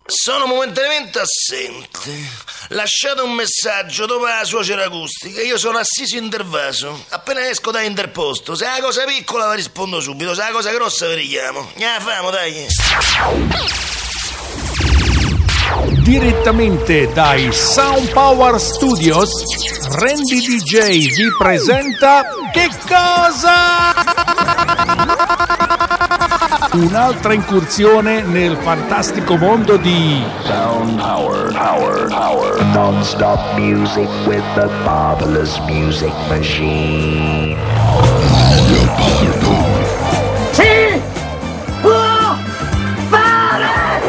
Sono momentaneamente assente. Lasciate un messaggio dopo la suocera acustica. Io sono assiso intervaso. Appena esco da interposto, se è una cosa piccola vi rispondo subito, se è una cosa grossa vi richiamo. Famo, dai. Direttamente dai Sound Power Studios, Randy DJ vi presenta Che cosa? Un'altra incursione nel fantastico mondo di Sound Power, Power, Power. Non-stop music with the marvelous music machine. Sì! Può fare!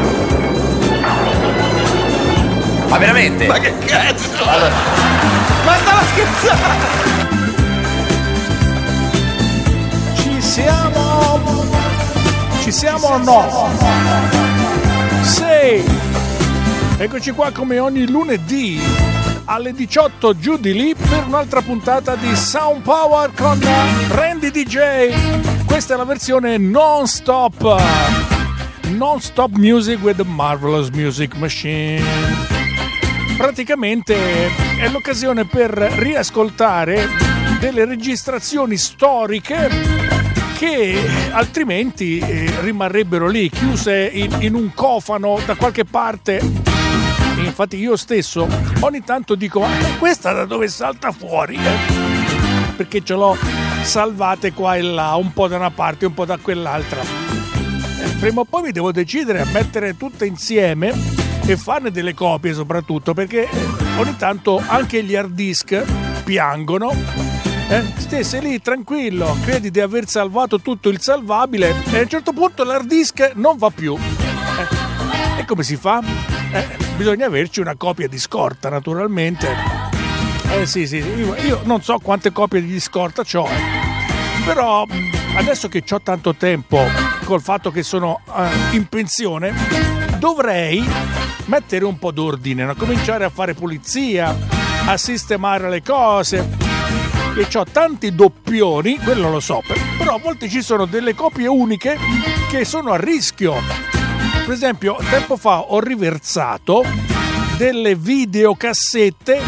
Ma veramente? Ma che cazzo? Ma stava scherzando! Ci siamo o no? Sì! Eccoci qua come ogni lunedì alle 18 giù di lì per un'altra puntata di Sound Power con Randy DJ. Questa è la versione non-stop music with the marvelous music machine. Praticamente è l'occasione per riascoltare delle registrazioni storiche che altrimenti rimarrebbero lì chiuse in un cofano da qualche parte. Infatti io stesso ogni tanto dico questa da dove salta fuori? Perché ce l'ho salvate qua e là, un po' da una parte, un po' da quell'altra. Prima o poi mi devo decidere a mettere tutte insieme e farne delle copie soprattutto, perché ogni tanto anche gli hard disk piangono. Stesse lì tranquillo, credi di aver salvato tutto il salvabile e a un certo punto l'hard disk non va più. E come si fa? Bisogna averci una copia di scorta, naturalmente. Sì, io non so quante copie di scorta c'ho, però adesso che c'ho tanto tempo col fatto che sono in pensione, dovrei mettere un po' d'ordine, no? Cominciare a fare pulizia, a sistemare le cose. E c'ho tanti doppioni, quello lo so, però a volte ci sono delle copie uniche che sono a rischio. Per esempio, tempo fa ho riversato delle videocassette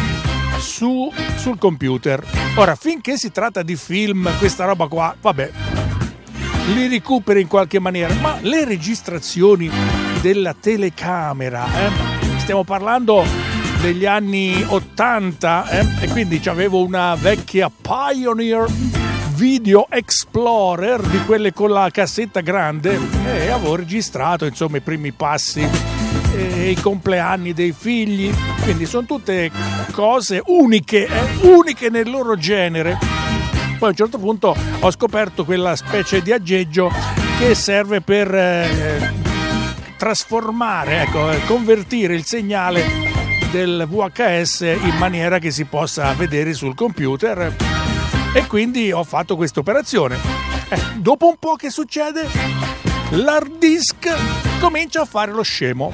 sul computer. Ora, finché si tratta di film, questa roba qua, vabbè, li recuperi in qualche maniera, ma le registrazioni della telecamera, stiamo parlando degli anni 80, e quindi avevo una vecchia Pioneer Video Explorer, di quelle con la cassetta grande, e avevo registrato insomma i primi passi e i compleanni dei figli, quindi sono tutte cose uniche nel loro genere. Poi a un certo punto ho scoperto quella specie di aggeggio che serve per trasformare, convertire il segnale del VHS in maniera che si possa vedere sul computer, e quindi ho fatto questa operazione. Dopo un po' che succede? L'hard disk comincia a fare lo scemo,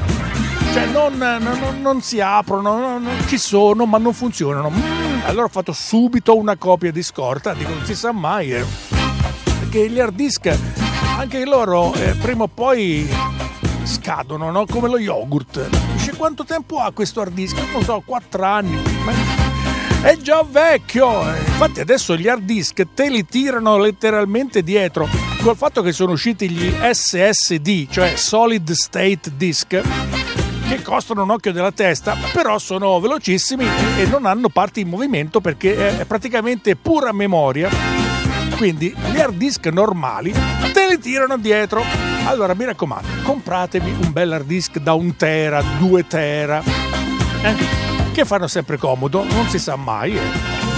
non si aprono, ci sono ma non funzionano. Allora ho fatto subito una copia di scorta, dico non si sa mai, perché gli hard disk anche loro prima o poi scadono, no? Come lo yogurt. Dice, quanto tempo ha questo hard disk? Non so, 4 anni. Ma è già vecchio. Infatti adesso gli hard disk te li tirano letteralmente dietro, col fatto che sono usciti gli SSD, cioè Solid State Disk, che costano un occhio della testa, però sono velocissimi e non hanno parti in movimento perché è praticamente pura memoria. Quindi gli hard disk normali te li tirano dietro. Allora mi raccomando, compratevi un bel hard disk da 1 tera, 2 tera, che fanno sempre comodo, non si sa mai. E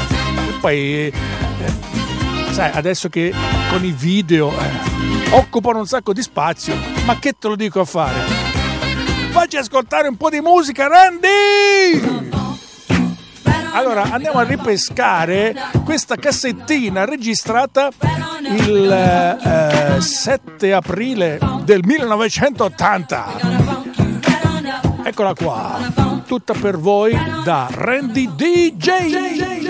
poi sai, adesso che con i video occupano un sacco di spazio, ma che te lo dico a fare? Facci ascoltare un po' di musica, Randy! Allora andiamo a ripescare questa cassettina registrata il 7 aprile del 1980. Eccola qua, tutta per voi da Randy DJ.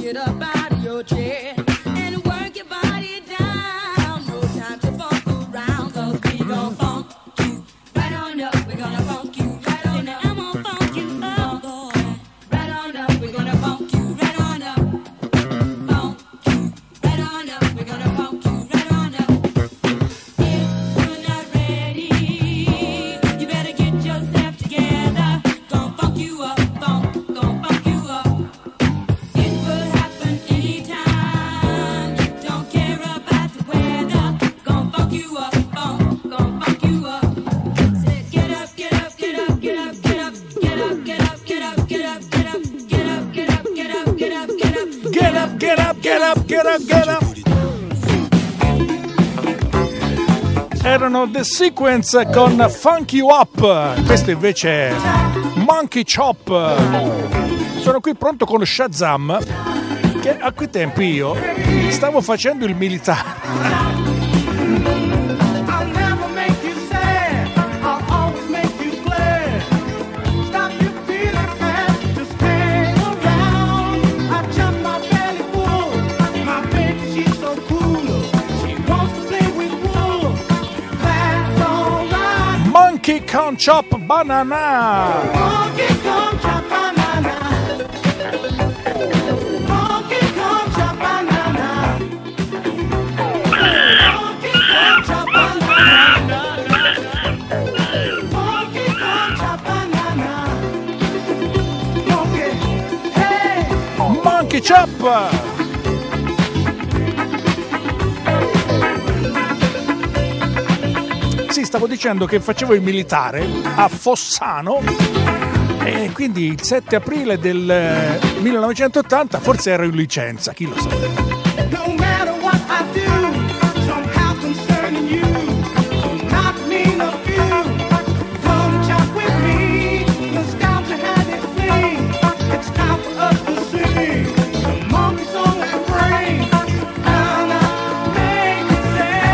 Get up out of your chair and work your body down. No time to funk around, 'cause we gon' funk you right on up. We're gonna funk you right on up. I'm gonna funk you up, boy. Right on up. We're gonna funk you right on up. Funk you right on up. We're gonna funk you right on up. If you're not ready, you better get yourself together. Gonna funk you up, gonna funk you up. It could happen anytime. Don't care about the weather. Gonna funk you up, gonna funk you up. Say, get up, get up, get up, get up, get up, get up, get up, get up, get up, get up, get up, get up, get up, get up, get up. Get up, get up, get up, get up, get up. Erano The Sequence con Funk You Up. Questo invece è Monkey Chop. Sono qui pronto con Shazam, che a quei tempi io stavo facendo il militare. I'll never make you sad. I'll always make you glad. Stop you feeling bad. Just hang around. I jump my belly full. My baby, she's so cool. She wants to play with wool. That's alright. Monkey Con Chop Banana. Monkey come chop banana. Monkey come chop banana. Monkey come chop banana. Monkey come chop banana. Monkey, hey. Monkey Chop. Sì, stavo dicendo che facevo il militare a Fossano e quindi il 7 aprile del 1980 forse ero in licenza, chi lo sa. No matter what I do, somehow concerning you, do not mean a few. Come chop with me, nostalgia had its fling. It's time for us to sing. The monkey's on the brain, gonna make it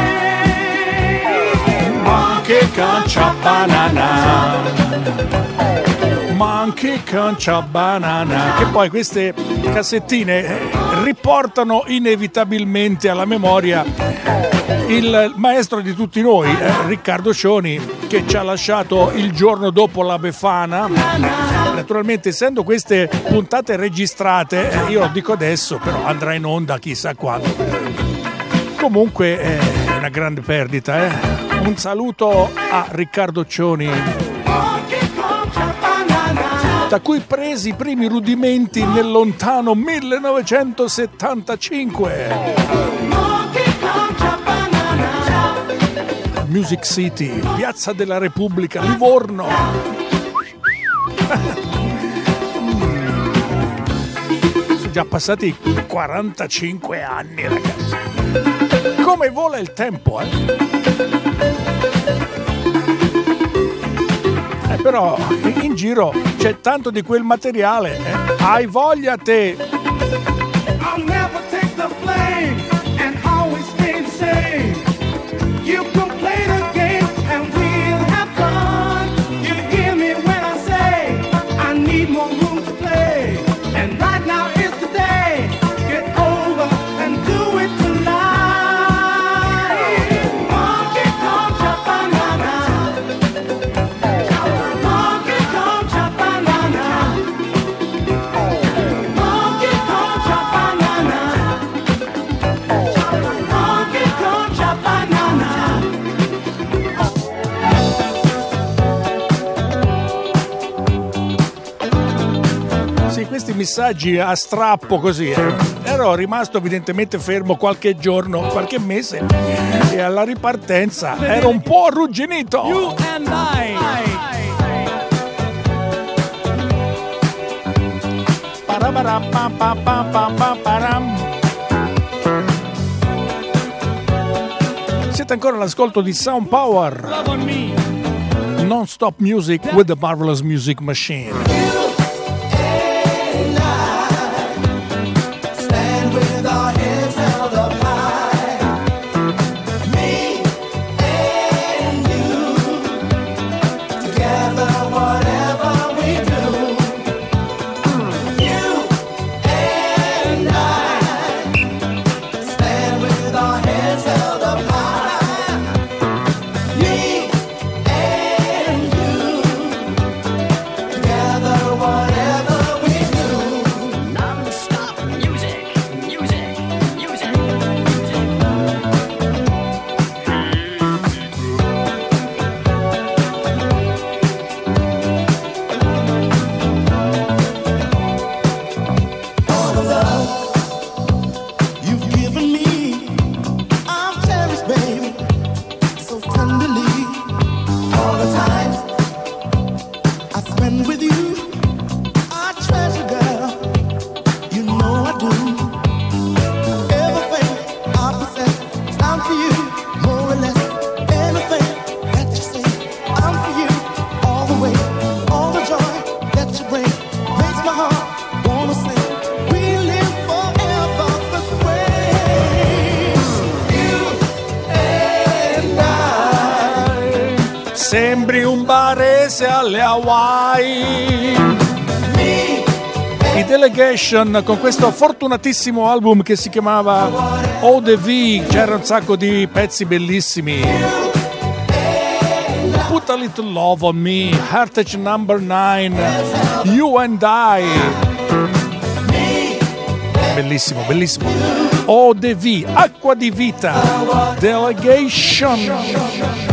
sing. Monkey Con Chop Banana. Monkey Con Chop Banana. Che poi queste cassettine riportano inevitabilmente alla memoria il maestro di tutti noi, Riccardo Cioni, che ci ha lasciato il giorno dopo la Befana. Naturalmente, essendo queste puntate registrate, io lo dico adesso, però andrà in onda chissà quando. Comunque è una grande perdita. Un saluto a Riccardo Cioni, da cui presi i primi rudimenti nel lontano 1975. Music City, Piazza della Repubblica, Livorno. Sono già passati 45 anni, ragazzi. Come vola il tempo, però in giro c'è tanto di quel materiale, hai voglia te. I'll never take the blame and always stay the same. You can play the game and we'll have fun. You hear me when I say I need more room to play. And right now is the day. Get over and do it tonight. Monkey come chop banana. Monkey come chop banana. Monkey come chop banana. Monkey come chop banana. Sì, questi messaggi a strappo così. Ero rimasto evidentemente fermo qualche giorno, qualche mese, e alla ripartenza ero un po' arrugginito. You and I. Siete ancora all'ascolto di Sound Power, Love on me. non-stop music with the marvelous music machine. Stand with our heads held up high. Me and you. Together, whatever we do. You and I. Sembri un barese alle Hawaii. I Delegation con questo fortunatissimo album che si chiamava Eau de Vie, c'era un sacco di pezzi bellissimi. Put a Little Love on Me, Heritage Number 9, You and I. Bellissimo, bellissimo. Eau de Vie, acqua di vita. Delegation.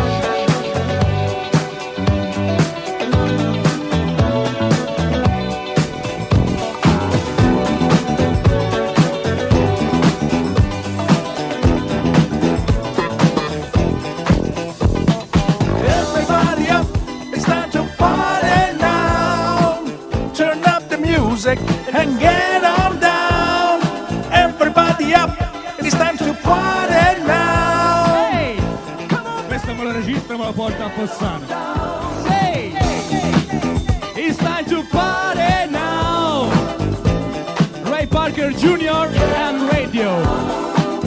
And get on down, everybody up, it's time to party now. Hey, come on. Questo me lo registra e me lo porta a Fossano. Hey, it's time to party now. Ray Parker Jr. and Radio.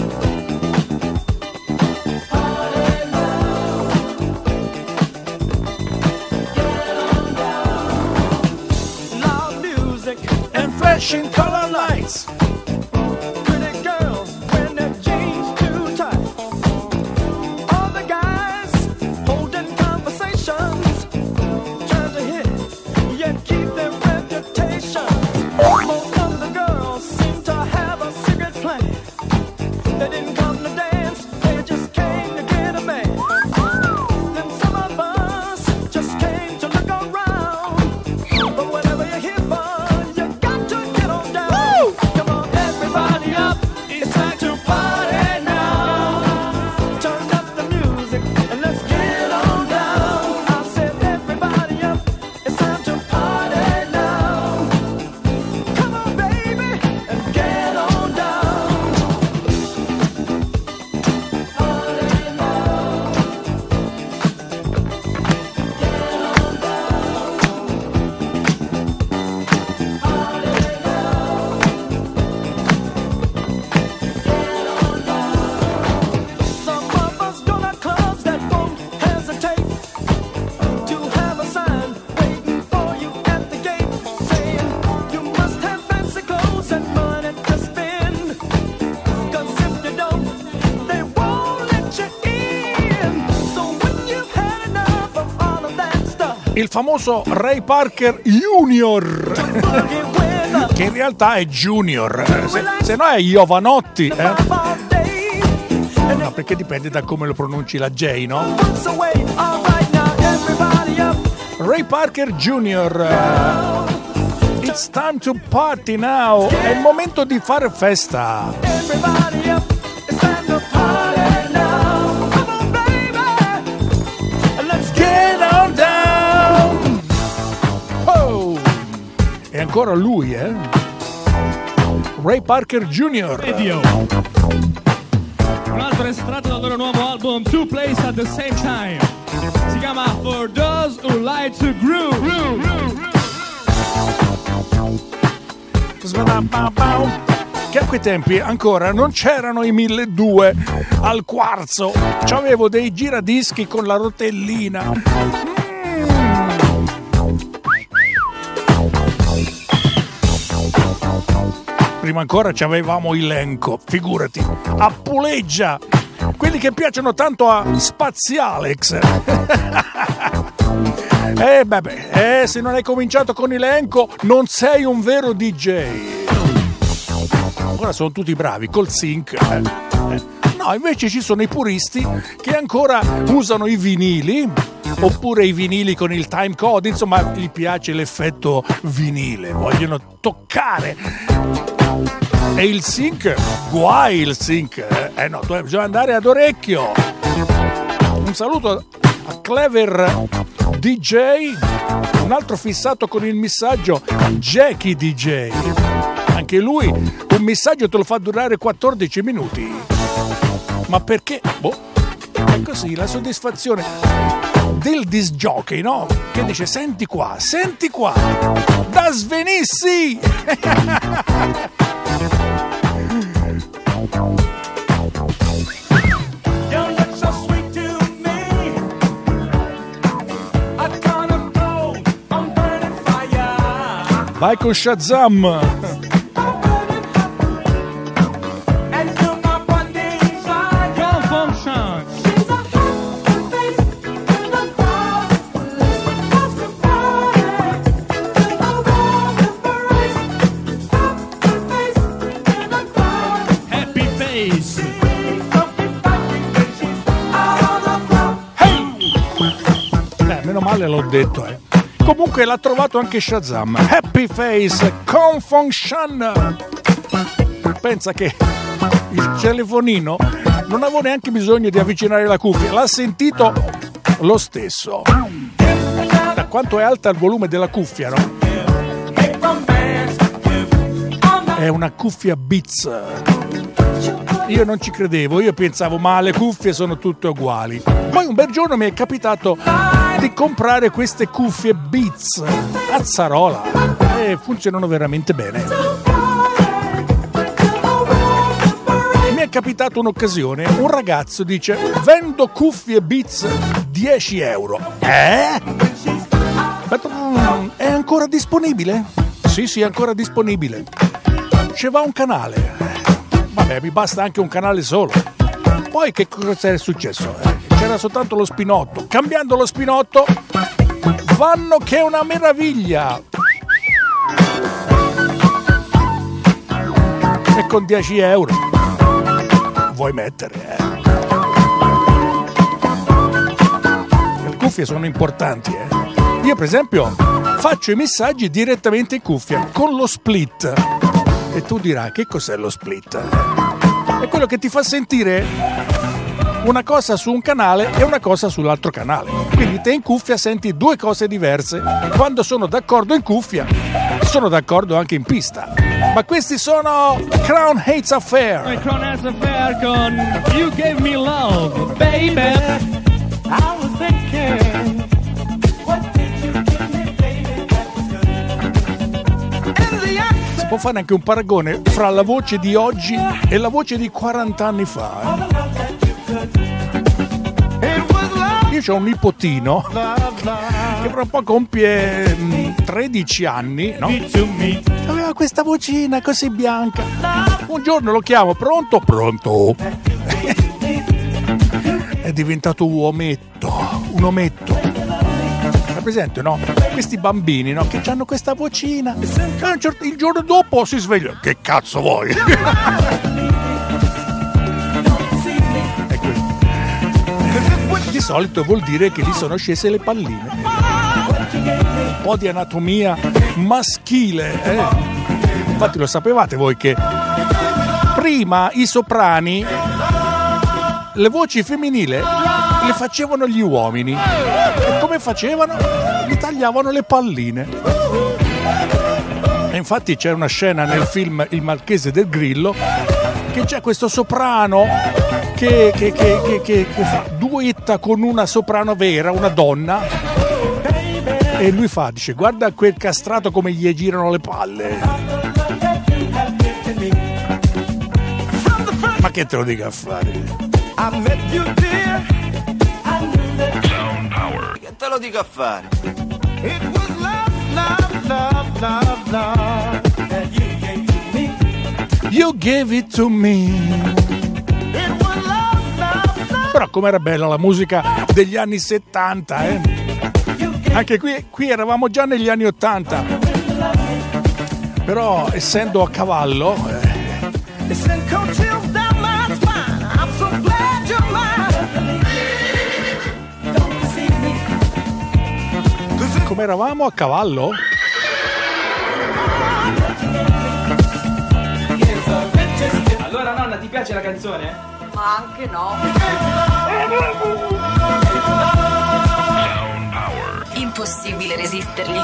Flashing color lights. Pretty girls when their jeans too tight. All the guys holding conversations, trying to hit, yet keep their reputation. Most of the girls seem to have a secret plan. They didn't come to dance, they just came to get a man. Then some of us just came to look around. But whatever you're here for, il famoso Ray Parker Junior, che in realtà è Junior, se no è Jovanotti, no, perché dipende da come lo pronunci la J, no? Ray Parker Jr. It's time to party now, è il momento di fare festa. E ancora lui, Ray Parker Jr. Un altro estratto dal loro nuovo album Two Plays at the Same Time. Si chiama For Those Who Like to Groove. Che a quei tempi ancora non c'erano i 1200 al quarzo. C'avevo dei giradischi con la rotellina. Prima ancora ci avevamo il Lenco, figurati, a puleggia, quelli che piacciono tanto a Spazialex. Se non hai cominciato con il Lenco non sei un vero DJ. Ora sono tutti bravi col sync. No, invece ci sono i puristi che ancora usano i vinili, oppure i vinili con il time code, insomma gli piace l'effetto vinile, vogliono toccare. E il sync, guai il sync, no, bisogna andare ad orecchio. Un saluto a Clever DJ, un altro fissato con il missaggio, Jackie DJ. Anche lui un missaggio te lo fa durare 14 minuti. Ma perché? È così, la soddisfazione del disc jockey, no? Che dice senti qua, da svenissi! Vai con Shazam. Meno male l'ho detto, Comunque l'ha trovato anche Shazam. Happy Face con Function. Pensa che il telefonino non avevo neanche bisogno di avvicinare la cuffia, l'ha sentito lo stesso. Da quanto è alta il volume della cuffia, no? È una cuffia Beats. Io non ci credevo, io pensavo ma le cuffie sono tutte uguali. Poi un bel giorno mi è capitato di comprare queste cuffie Beats a Zarola e funzionano veramente bene. Mi è capitata un'occasione, un ragazzo dice vendo cuffie Beats 10 euro. È ancora disponibile? Sì, è ancora disponibile. Ci va un canale. Vabbè, mi basta anche un canale solo. Poi che cosa è successo? C'era soltanto lo spinotto. Cambiando lo spinotto, vanno che è una meraviglia. E con 10 euro vuoi mettere, Le cuffie sono importanti, Io per esempio faccio i messaggi direttamente in cuffia con lo split. E tu dirai, che cos'è lo split? È quello che ti fa sentire una cosa su un canale e una cosa sull'altro canale. Quindi te in cuffia senti due cose diverse. Quando sono d'accordo in cuffia, sono d'accordo anche in pista. Ma questi sono Crown Hates Affair. Crown Hates Affair con You Gave Me Love, baby. I was thinking, what did you give me, baby? That was good. Si può fare anche un paragone fra la voce di oggi e la voce di 40 anni fa. Io ho un nipotino che fra un po' compie 13 anni, no? Aveva questa vocina così bianca. Un giorno lo chiamo, pronto? Pronto. È diventato un ometto. È presente, no? Questi bambini, no? Che hanno questa vocina. Il giorno dopo si sveglia. Che cazzo vuoi? Di solito vuol dire che gli sono scese le palline. Un po' di anatomia maschile, Infatti lo sapevate voi che prima i soprani, le voci femminili le facevano gli uomini. E come facevano? Gli tagliavano le palline. E infatti c'è una scena nel film Il Marchese del Grillo che c'è questo soprano che fa duetta con una soprano vera, una donna, e lui dice guarda quel castrato come gli girano le palle. Ma che te lo dica a fare? Che te lo dico a fare? You gave it to me. Però com'era bella la musica degli anni 70, Anche qui eravamo già negli anni 80. Però essendo a cavallo, come eravamo a cavallo? Allora nonna, ti piace la canzone? Ma anche no. Impossibile resistergli.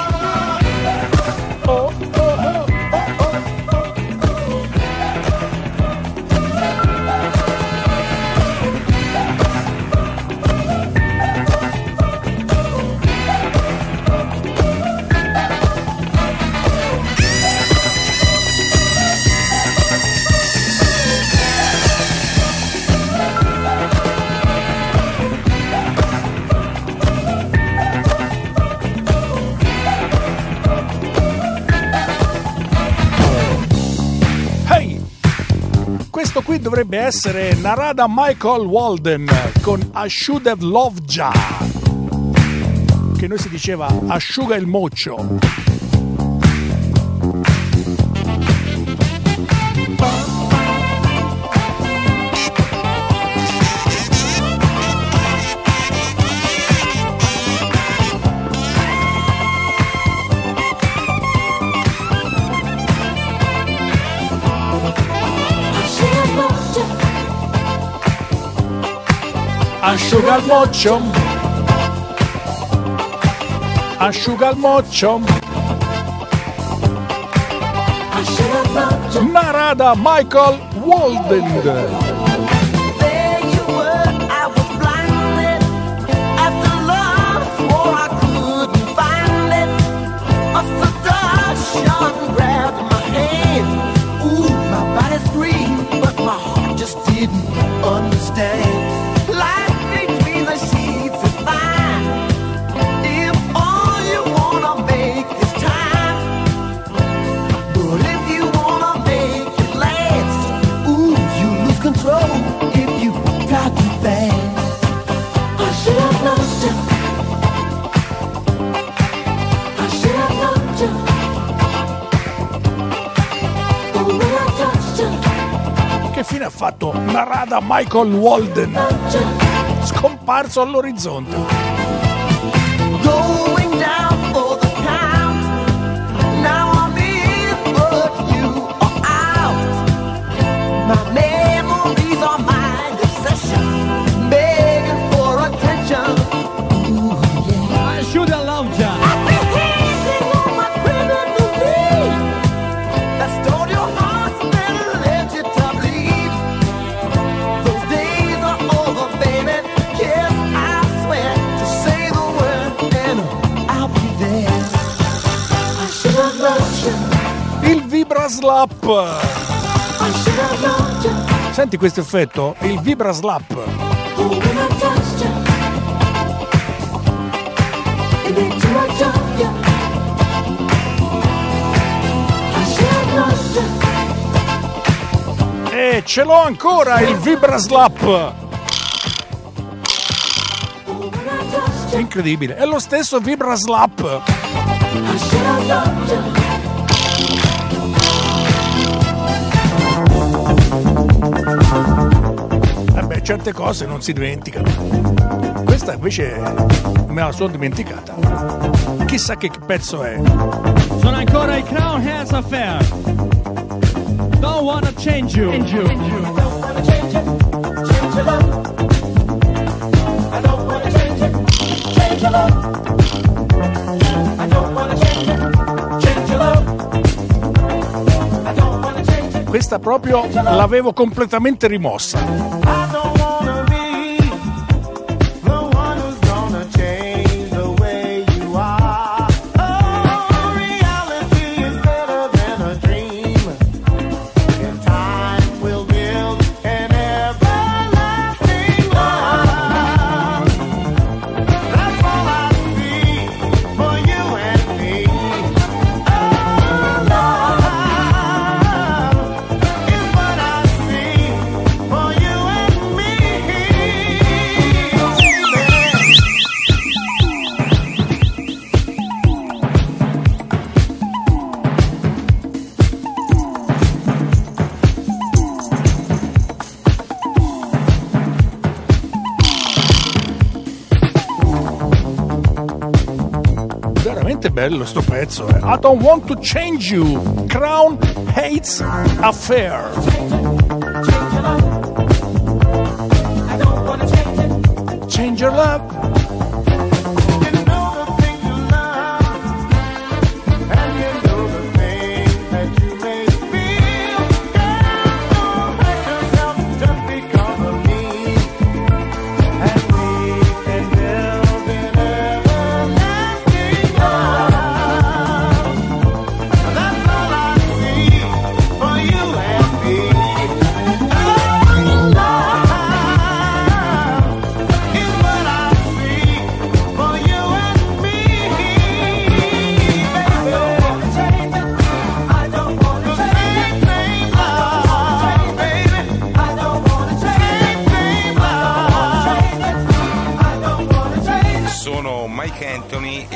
dovrebbe essere Narada Michael Walden con I Should Have Loved Ya, che noi si diceva asciuga il moccio. Asciuga il moccio, asciuga il moccio. Narada Michael Walden. Che fine ha fatto Narada Michael Walden? Scomparso all'orizzonte. Going down for the count. Now I'm in, but you are out. My memories are my obsession, begging for attention. Ooh, yeah. I should have loved ya. I've been hating on my criminally. That stole your heart and led you to bleed. Those days are over, baby. Yes, I swear to say the word and I'll be there. I should have loved you. Il Vibra Slap. I should have loved you. Senti questo effetto? Il Vibra Slap. Oh, when I touched you, it made too much of you. I should have loved you. E ce l'ho ancora il Vibra Slap. Oh, when I touched you, Incredibile, è lo stesso Vibra Slap. I should have loved you. Beh, certe cose non si dimenticano. Questa invece me la sono dimenticata. Chissà che pezzo è. Sono ancora i Crown Heads Affair. Don't wanna change you. I don't wanna change it, change your love. I don't wanna change it, change your love. I don't wanna change it, change your love. I don't wanna change it. Questa proprio l'avevo completamente rimossa. I don't wanna be the one who's gonna change the way you are. Oh, reality is better than a dream. In time we'll build an everlasting love. That's all I see for you and me. Oh, love is what I see for you and me. Veramente bello sto pezzo. I don't want to change you. Crown Hates Affair. I don't wanna change it. Change your love. You know the things you love, and you know the things that you may feel. Girl, don't hurt yourself just because of me. And we can build an everlasting love. That's all I see for you and me. Oh, love is what I see.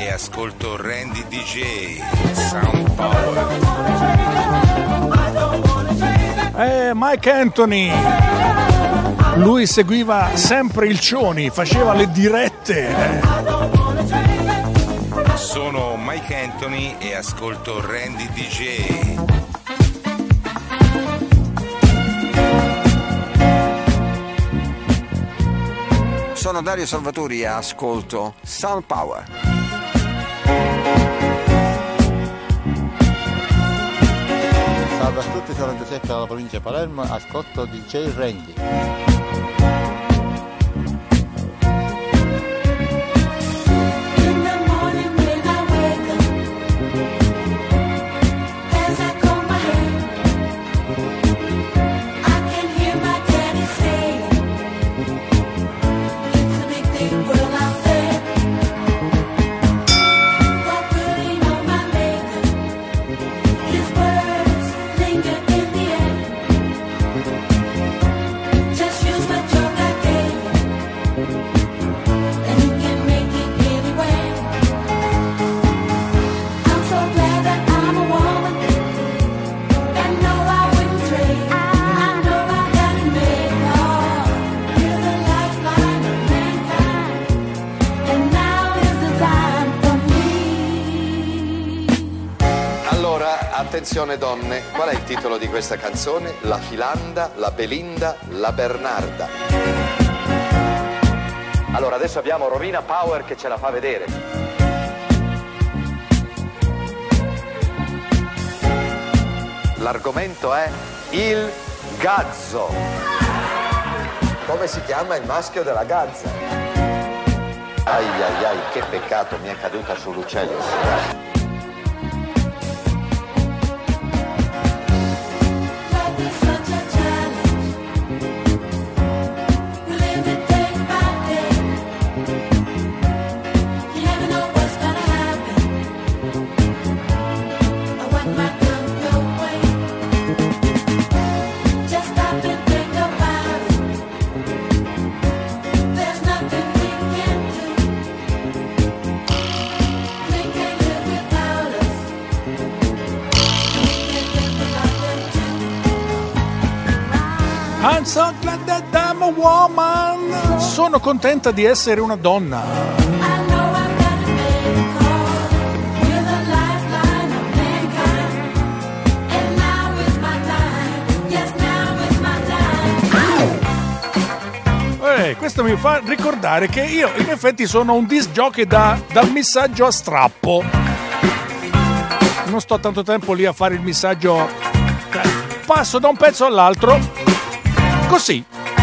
e ascolto Randy DJ. Sound Power. Mike Anthony. Lui seguiva sempre il Cioni, faceva le dirette. Sono Mike Anthony e ascolto Randy DJ. Sono Dario Salvatori e ascolto Sound Power. Salve a tutti, sono Giuseppe dalla provincia di Palermo, ascolto DJ Randy. Attenzione donne, qual è il titolo di questa canzone? La Filanda, la Belinda, la Bernarda. Allora adesso abbiamo Rovina Power che ce la fa vedere. L'argomento è il gazzo. Come si chiama il maschio della gazza? Ai ai ai, che peccato, mi è caduta sull'uccello. I'm so glad that I'm a woman. Sono contenta di essere una donna. Questo mi fa ricordare che io in effetti sono un disc jockey dal missaggio a strappo. Non sto tanto tempo lì a fare il missaggio, passo da un pezzo all'altro così.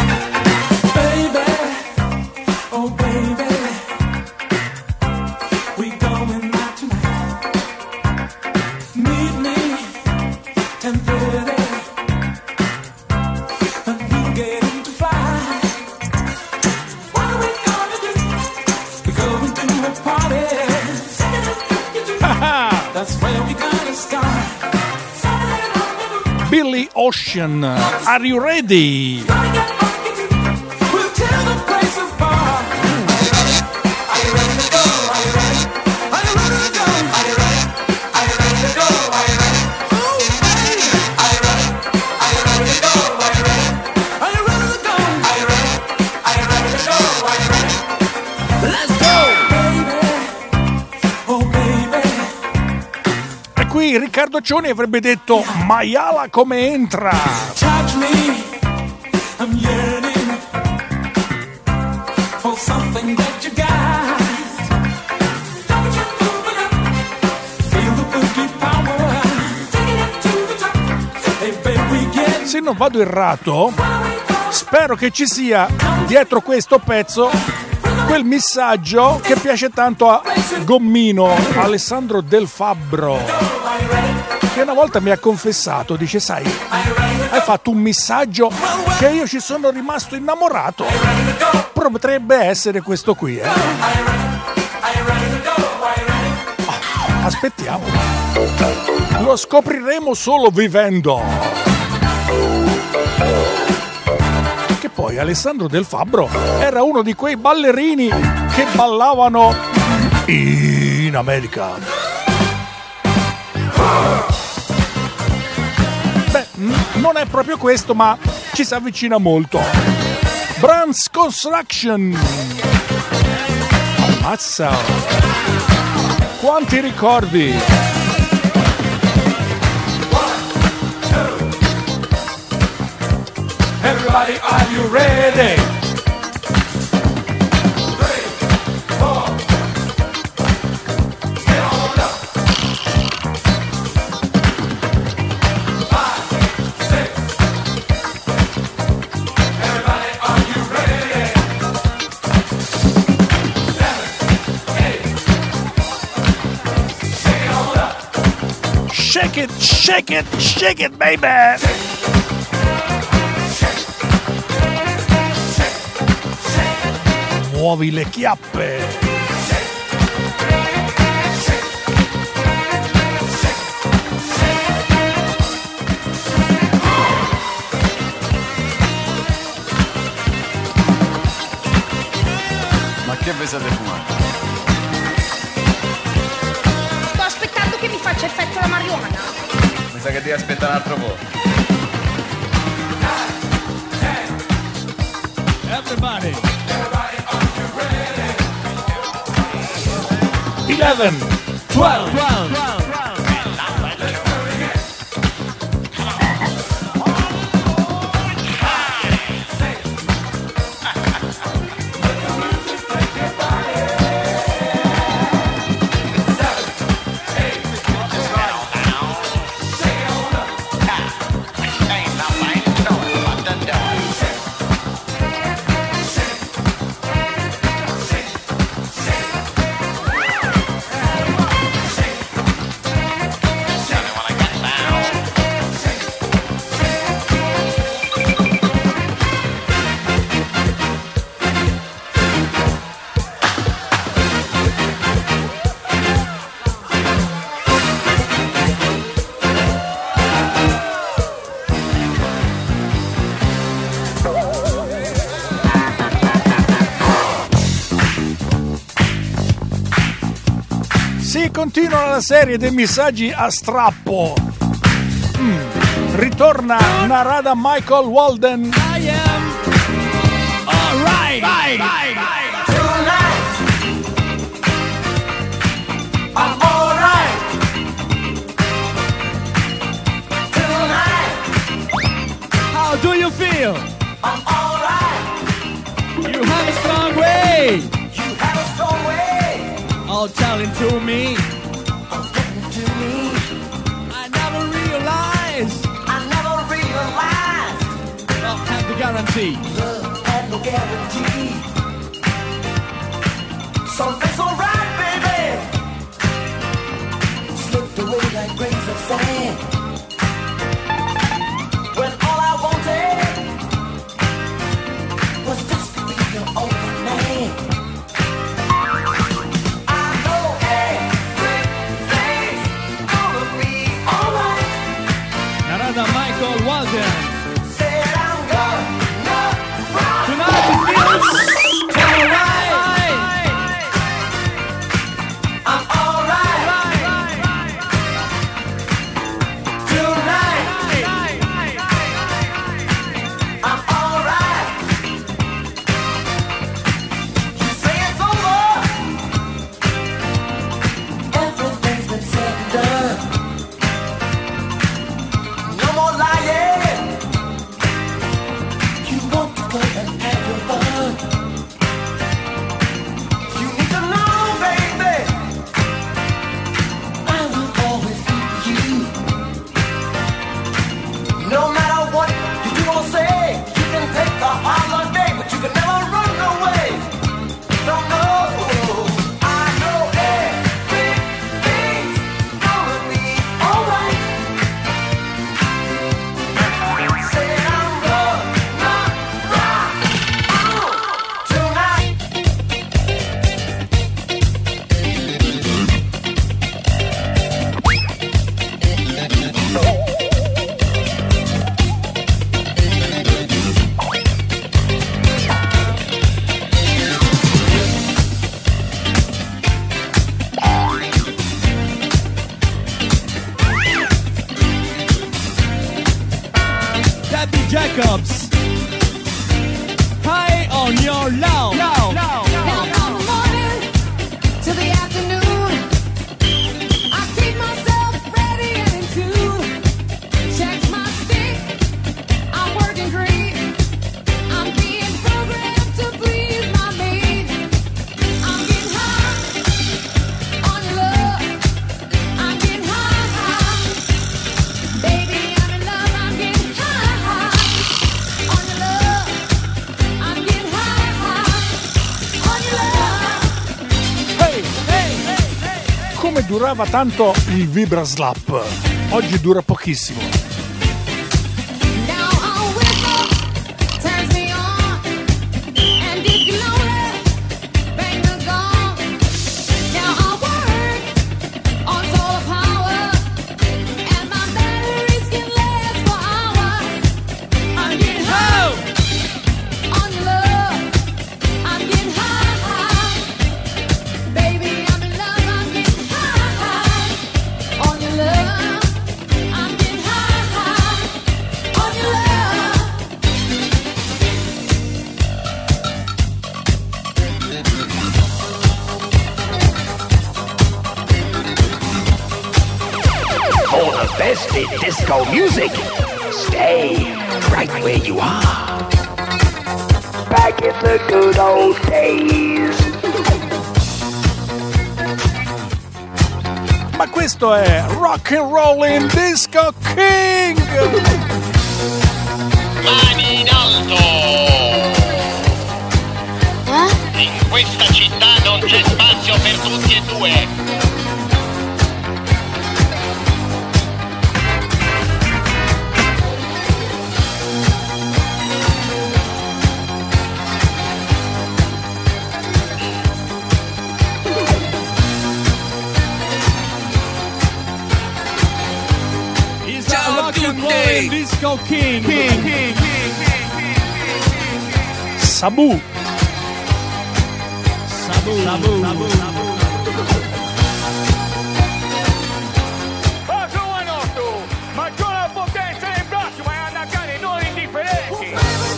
Billy Ocean, are you ready? Qui Riccardo Cioni avrebbe detto maiala come entra. Se non vado errato, spero che ci sia dietro questo pezzo quel missaggio che piace tanto a Gommino, Alessandro Del Fabbro, che una volta mi ha confessato, dice: sai, hai fatto un missaggio che io ci sono rimasto innamorato, potrebbe essere questo qui, aspettiamo, lo scopriremo solo vivendo. Che poi Alessandro Del Fabbro era uno di quei ballerini che ballavano in America. Beh, non è proprio questo, ma ci si avvicina molto. Brands Construction. Ammazza. Quanti ricordi. Everybody, are you ready? 3, 4. Get on up. 5, 6. Everybody, are you ready? 7, 8. Shake it on up. Shake it, shake it, shake it, baby. Muovi le chiappe. Ma che vi siete fumati? Sto aspettando che mi faccia effetto la marijuana. Mi sa che devi aspettare un altro po'. Everybody. 11, 12. Si continua la serie dei messaggi a strappo. Ritorna Narada Michael Walden. I am alright. Tonight, I'm alright. Tonight, How do you feel? I'm alright. You have a strong way. You have a strong way. All telling to me. Oh, getting to me. I never realized. Love had the guarantee. Love had no guarantee. Something's alright, baby. Slipped away like grains of sand. When all I wanted was just to be your only man. I know everything's gonna be alright. Narada Michael Walden. Said I'm gonna rock. Tonight it feels alright. I'm alright. Jacobs. High on your love. Now from the morning to the afternoon, I keep myself ready and in tune. Check my stick, I'm working great. I'm being programmed to please my mate. I'm getting high on your love. I'm getting high. Baby, I'm in love. I'm getting high on your love. I'm getting high on your love. Come durava tanto il Vibra Slap, oggi dura pochissimo. Now a whistle turns me on, and if you're lonely, bang the gong. Now I work on solar power, and my batteries can last for hours. I'm getting high on your love. I'm getting high, baby. I'm in love. I'm getting high on your love. I'm getting high on your love. For the best in disco music, stay right where you are. Back in the good old days. Ma questo è Rock and Rollin' Disco King! Mani in alto! In questa città non c'è spazio per tutti e due. He's a rock and roll disco king. Sabu! Sabu. Ma giovanotto, maggiore la potenza del braccio, ma è una cane non indifferenti.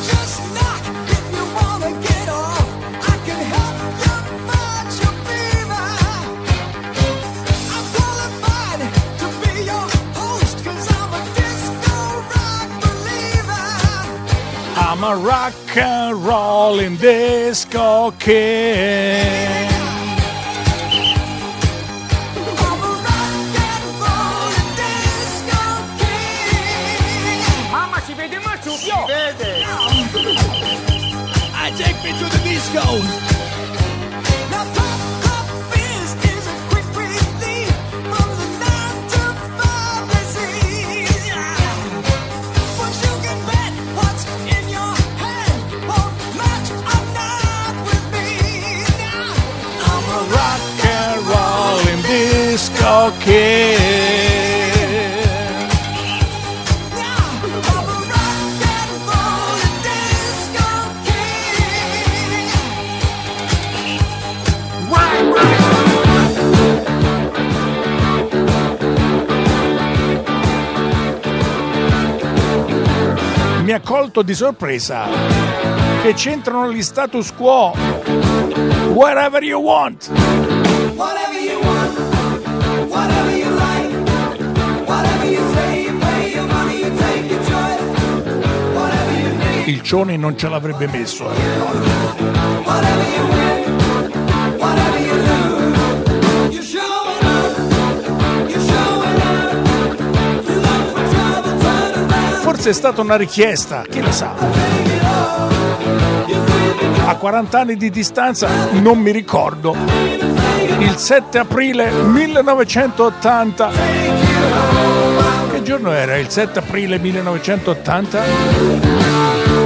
I'm a rock and rollin' disco king. Mamma, si vede il marciupiò! Vede! I take me to the disco. Rock and rollin' disco king. Mi ha colto di sorpresa che c'entrano gli status quo. Whatever you want. Whatever you want, whatever you like, whatever you say, you pay your money, you take your choice, whatever you need, Il Cioni non ce l'avrebbe messo. whatever you win, whatever you lose, you're showing up, you're showing out, you look for trouble, turn around, Forse è stata una richiesta, chi lo sa. A 40 anni di distanza non mi ricordo. Il 7 aprile 1980. Che giorno era il 7 aprile 1980?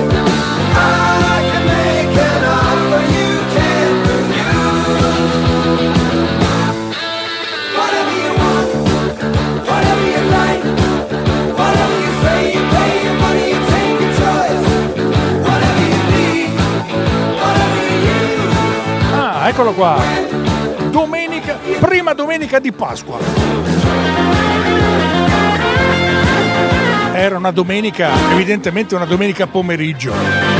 Eccolo qua, domenica, prima domenica di Pasqua. era una domenica, evidentemente una domenica pomeriggio.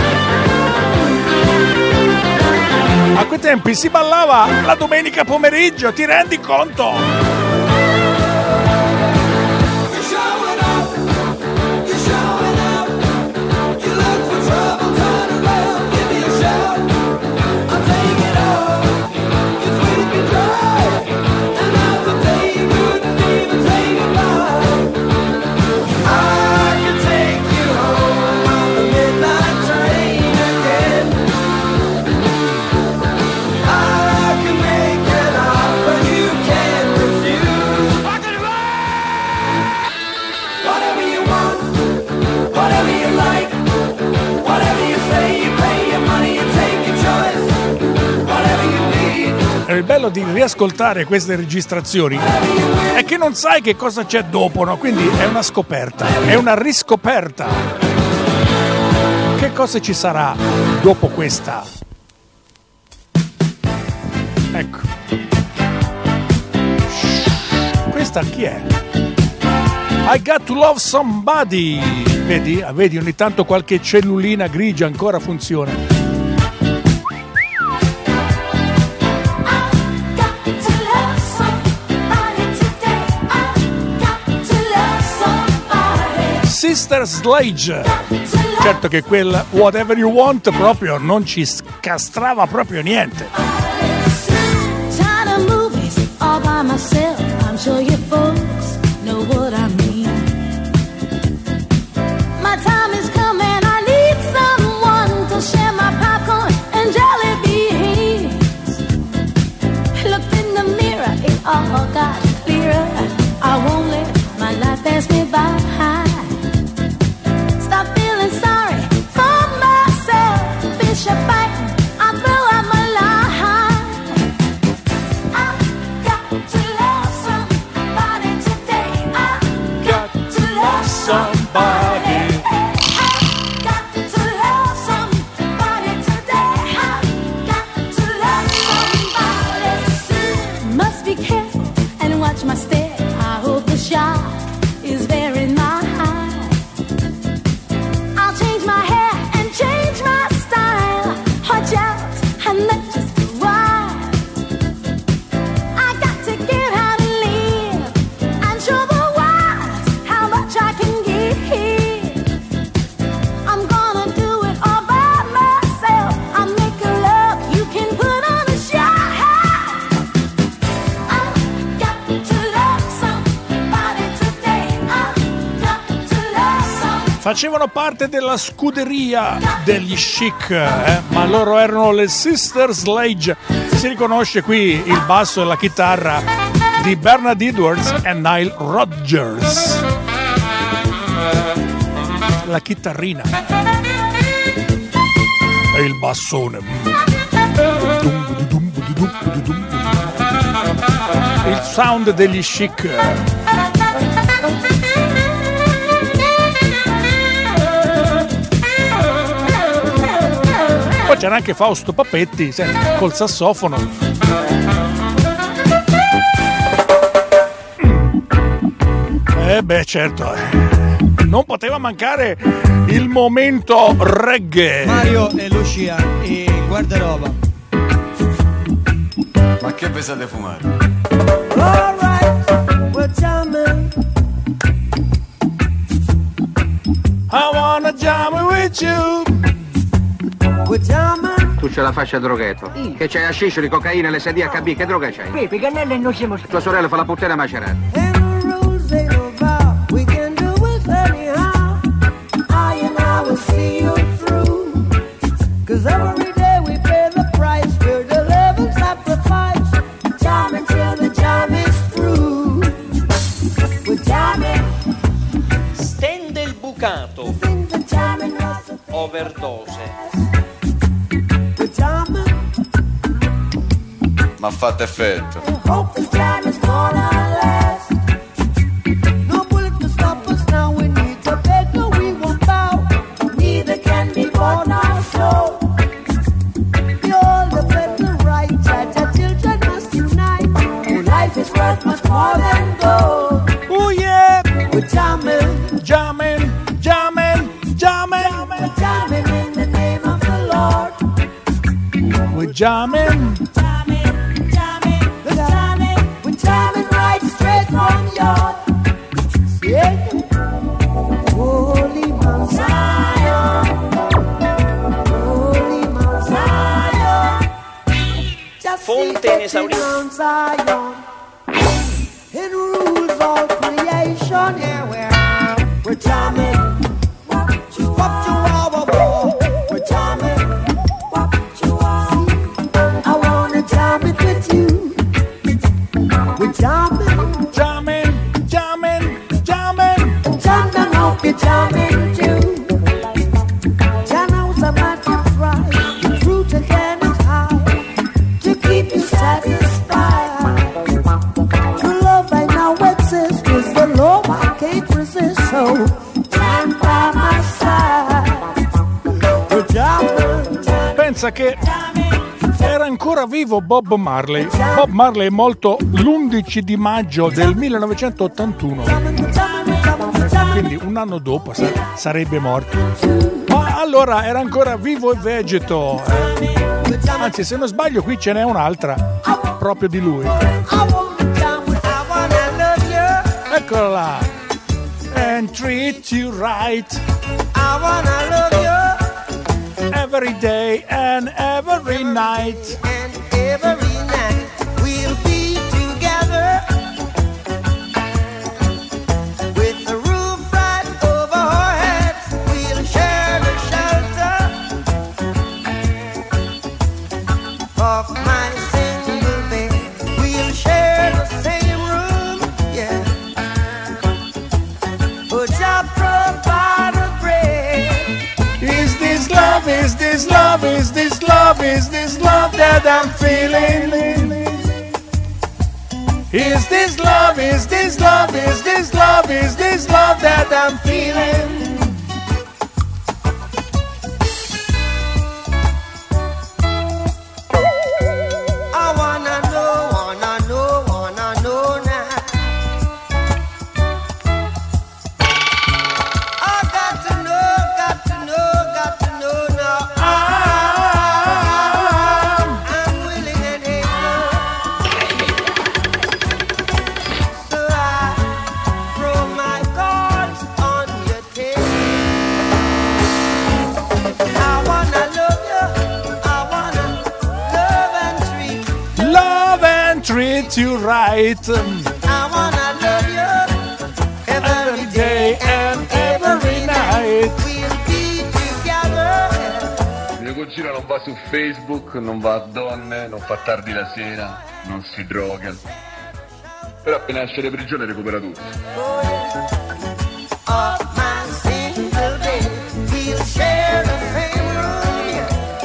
A quei tempi si ballava la domenica pomeriggio, ti rendi conto? Il bello di riascoltare queste registrazioni è che non sai che cosa c'è dopo, no? Quindi è una scoperta, è una riscoperta. Che cosa ci sarà dopo questa? Ecco. Questa chi è? I Got to Love Somebody. Vedi? Vedi, ogni tanto qualche cellulina grigia ancora funziona. Sister Sledge. Certo che quel Whatever You Want proprio non ci scastrava proprio niente. Tired of movies all by myself. I'm sure you folks know what I mean. My time is coming. I need someone to share my popcorn and jelly beans. Looked in the mirror, it all got clearer. I won't let my life pass me by. Stop feeling sorry for myself. Fish are biting, I throw out my line. I got to love somebody today. I got to love somebody. I got to love somebody today. I got to love somebody. Must be careful and watch my step. I hope the shock is very nice. Facevano parte della scuderia degli Chic, ma loro erano le Sister Sledge. Si riconosce qui il basso e la chitarra di Bernard Edwards e Nile Rodgers. La chitarrina e il bassone. Il sound degli Chic. Poi c'era anche Fausto Papetti col sassofono. Beh, certo, non poteva mancare il momento reggae. Mario e Lucia, il guardaroba. Ma che pensate a fumare? All right, we're jamming. I wanna jam with you. Tu c'hai la faccia droghetto. Che c'hai hashish di cocaina, l'SDHB, che droga c'hai? Pepe, cannella e non siamo... Tua sorella fa la puttana macerata. Stende il bucato. Overdose. Ma ha fatto effetto. Oh yeah! Jamming. hope I can't resist, so stand by my side. Good job. Pensa che era ancora vivo Bob Marley. Bob Marley è morto l'11 di maggio del 1981, quindi un anno dopo sarebbe morto. Ma allora era ancora vivo e vegeto. Anzi, se non sbaglio, qui ce n'è un'altra proprio di lui. Eccola là. And treat you right. I wanna love you. Every day and every night. And every night we'll be together with the roof right over our heads. We'll share the shelter of my single bed. We'll share the same room, yeah. But Jah provide a bread. Is this love, is this love, is this love, is this love that I'm feeling? Is this love, is this love, is this love, is this love that I'm feeling? I wanna know now. I got to know now. I'm willing and able, so I throw my cards on your table. I wanna love you. I wanna love and treat. Love and treat you right. I wanna love you Every day and every night. We'll be together. Mio cugino non va su Facebook, non va a donne, non fa tardi la sera, non si droga. Però appena esce di prigione recupera tutto. Of my single bed, we'll share the same room, yeah.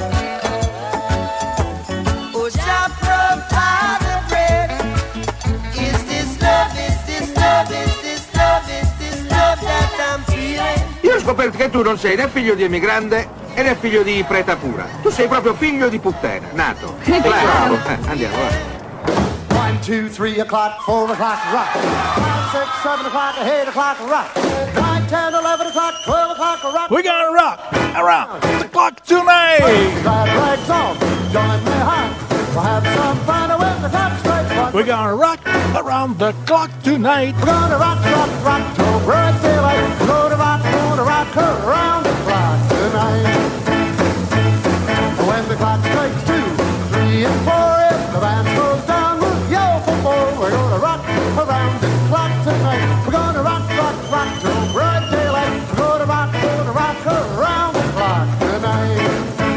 Oh, Jah provide the bread. Is this love, is this love, is this love, is this love that I'm feeling? Io ho scoperto che tu non sei né figlio di emigrante né figlio di preta pura. Tu sei proprio figlio di puttana, nato. Bravo. Andiamo, va. 1, 2, 3 o'clock, 4 o'clock, rock. 5, 6, 7 o'clock, 8 o'clock, rock. 9, 10, 11 o'clock, 12 o'clock, rock. We're gonna rock around the clock tonight. Rags on, join me high. We'll have some fun when the clock strikes 1. We're gonna rock around the clock tonight. We're gonna rock till bright daylight. We're gonna rock around the clock tonight. When the clock strikes 2, 3, and 4, if the band goes down, we'll yell for more. We're gonna rock around the clock tonight. We're gonna rock till bright daylight. We're gonna rock around the clock tonight.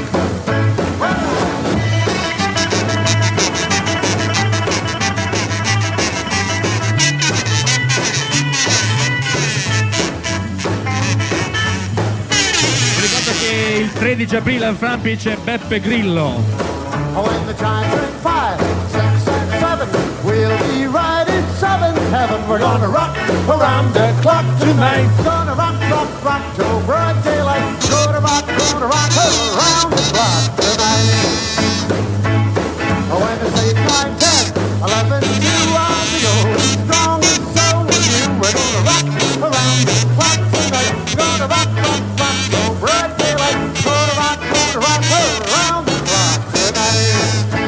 Il 13 aprile al Franpi c'è Beppe Grillo. When the chimes ring 5, 6, and 7, we'll be right in 7th heaven. We're gonna rock around the clock tonight. Gonna rock till bright daylight. Gonna rock around the clock tonight. When the say 9, 10, 11, 2 hours ago, strong and so with you. We're gonna rock around the clock tonight. Gonna rock till bright daylight. Gonna rock around the clock tonight.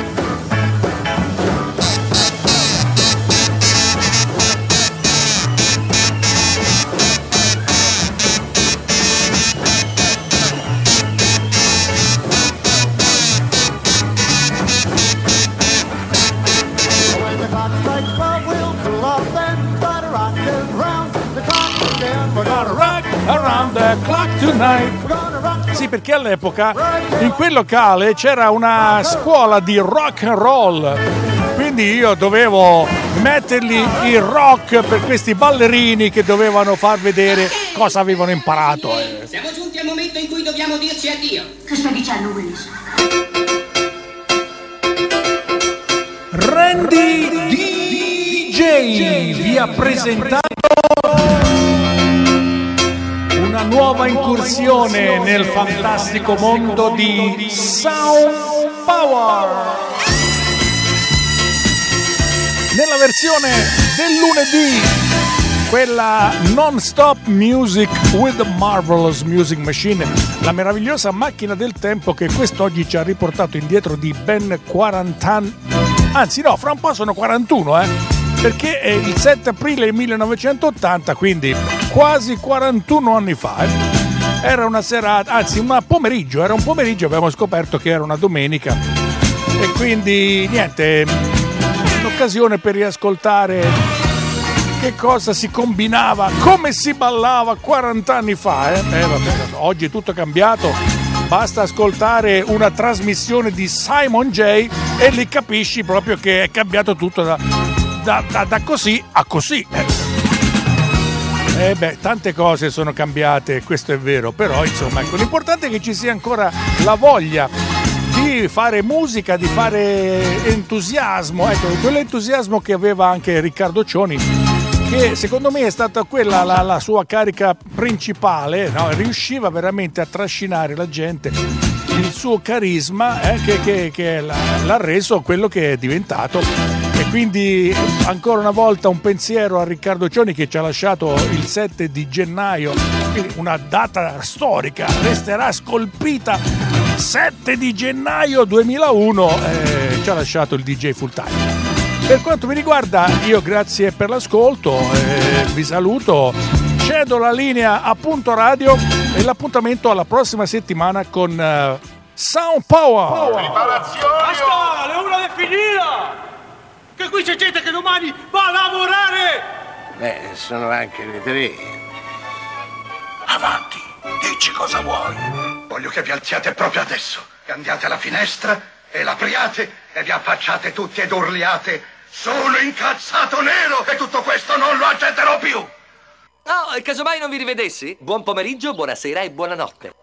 When the clock strikes 12, we'll pull up and start rocking round the clock again. We're gonna rock Around the clock tonight. Sì, perché all'epoca in quel locale c'era una scuola di rock and roll, quindi io dovevo mettergli il rock per questi ballerini che dovevano far vedere cosa avevano imparato. Siamo giunti al momento in cui dobbiamo dirci addio. Che stai dicendo, Willis? Randy DJ vi ha presentato nuova incursione nel fantastico mondo di Sound Power. Nella versione del lunedì, quella non-stop music with the marvelous music machine, la meravigliosa macchina del tempo che quest'oggi ci ha riportato indietro di ben 40 anni, anzi no, fra un po' sono 41, perché è il 7 aprile 1980, quindi quasi 41 anni fa. Era una serata, anzi un pomeriggio, abbiamo scoperto che era una domenica e quindi niente, un'occasione per riascoltare che cosa si combinava, come si ballava 40 anni fa. Vabbè, oggi è tutto cambiato, basta ascoltare una trasmissione di Simon J e lì capisci proprio che è cambiato tutto da così a così. Tante cose sono cambiate, questo è vero, però insomma, ecco, l'importante è che ci sia ancora la voglia di fare musica, di fare entusiasmo, ecco, quell'entusiasmo che aveva anche Riccardo Cioni, che secondo me è stata quella la sua carica principale, no? Riusciva veramente a trascinare la gente, il suo carisma che l'ha reso quello che è diventato. E quindi ancora una volta un pensiero a Riccardo Cioni, che ci ha lasciato il 7 di gennaio, quindi una data storica, resterà scolpita. 7 di gennaio 2001 ci ha lasciato il DJ full time. Per quanto mi riguarda, io grazie per l'ascolto, vi saluto, cedo la linea a Punto Radio e l'appuntamento alla prossima settimana con Sound Power. Basta, le ore è finita! Che qui c'è gente che domani va a lavorare! Sono anche le 3. Avanti, dici cosa vuoi. Voglio che vi alziate proprio adesso e andiate alla finestra e l'apriate e vi affacciate tutti ed urliate: sono incazzato nero e tutto questo non lo accetterò più! Oh, casomai non vi rivedessi? Buon pomeriggio, buonasera e buonanotte.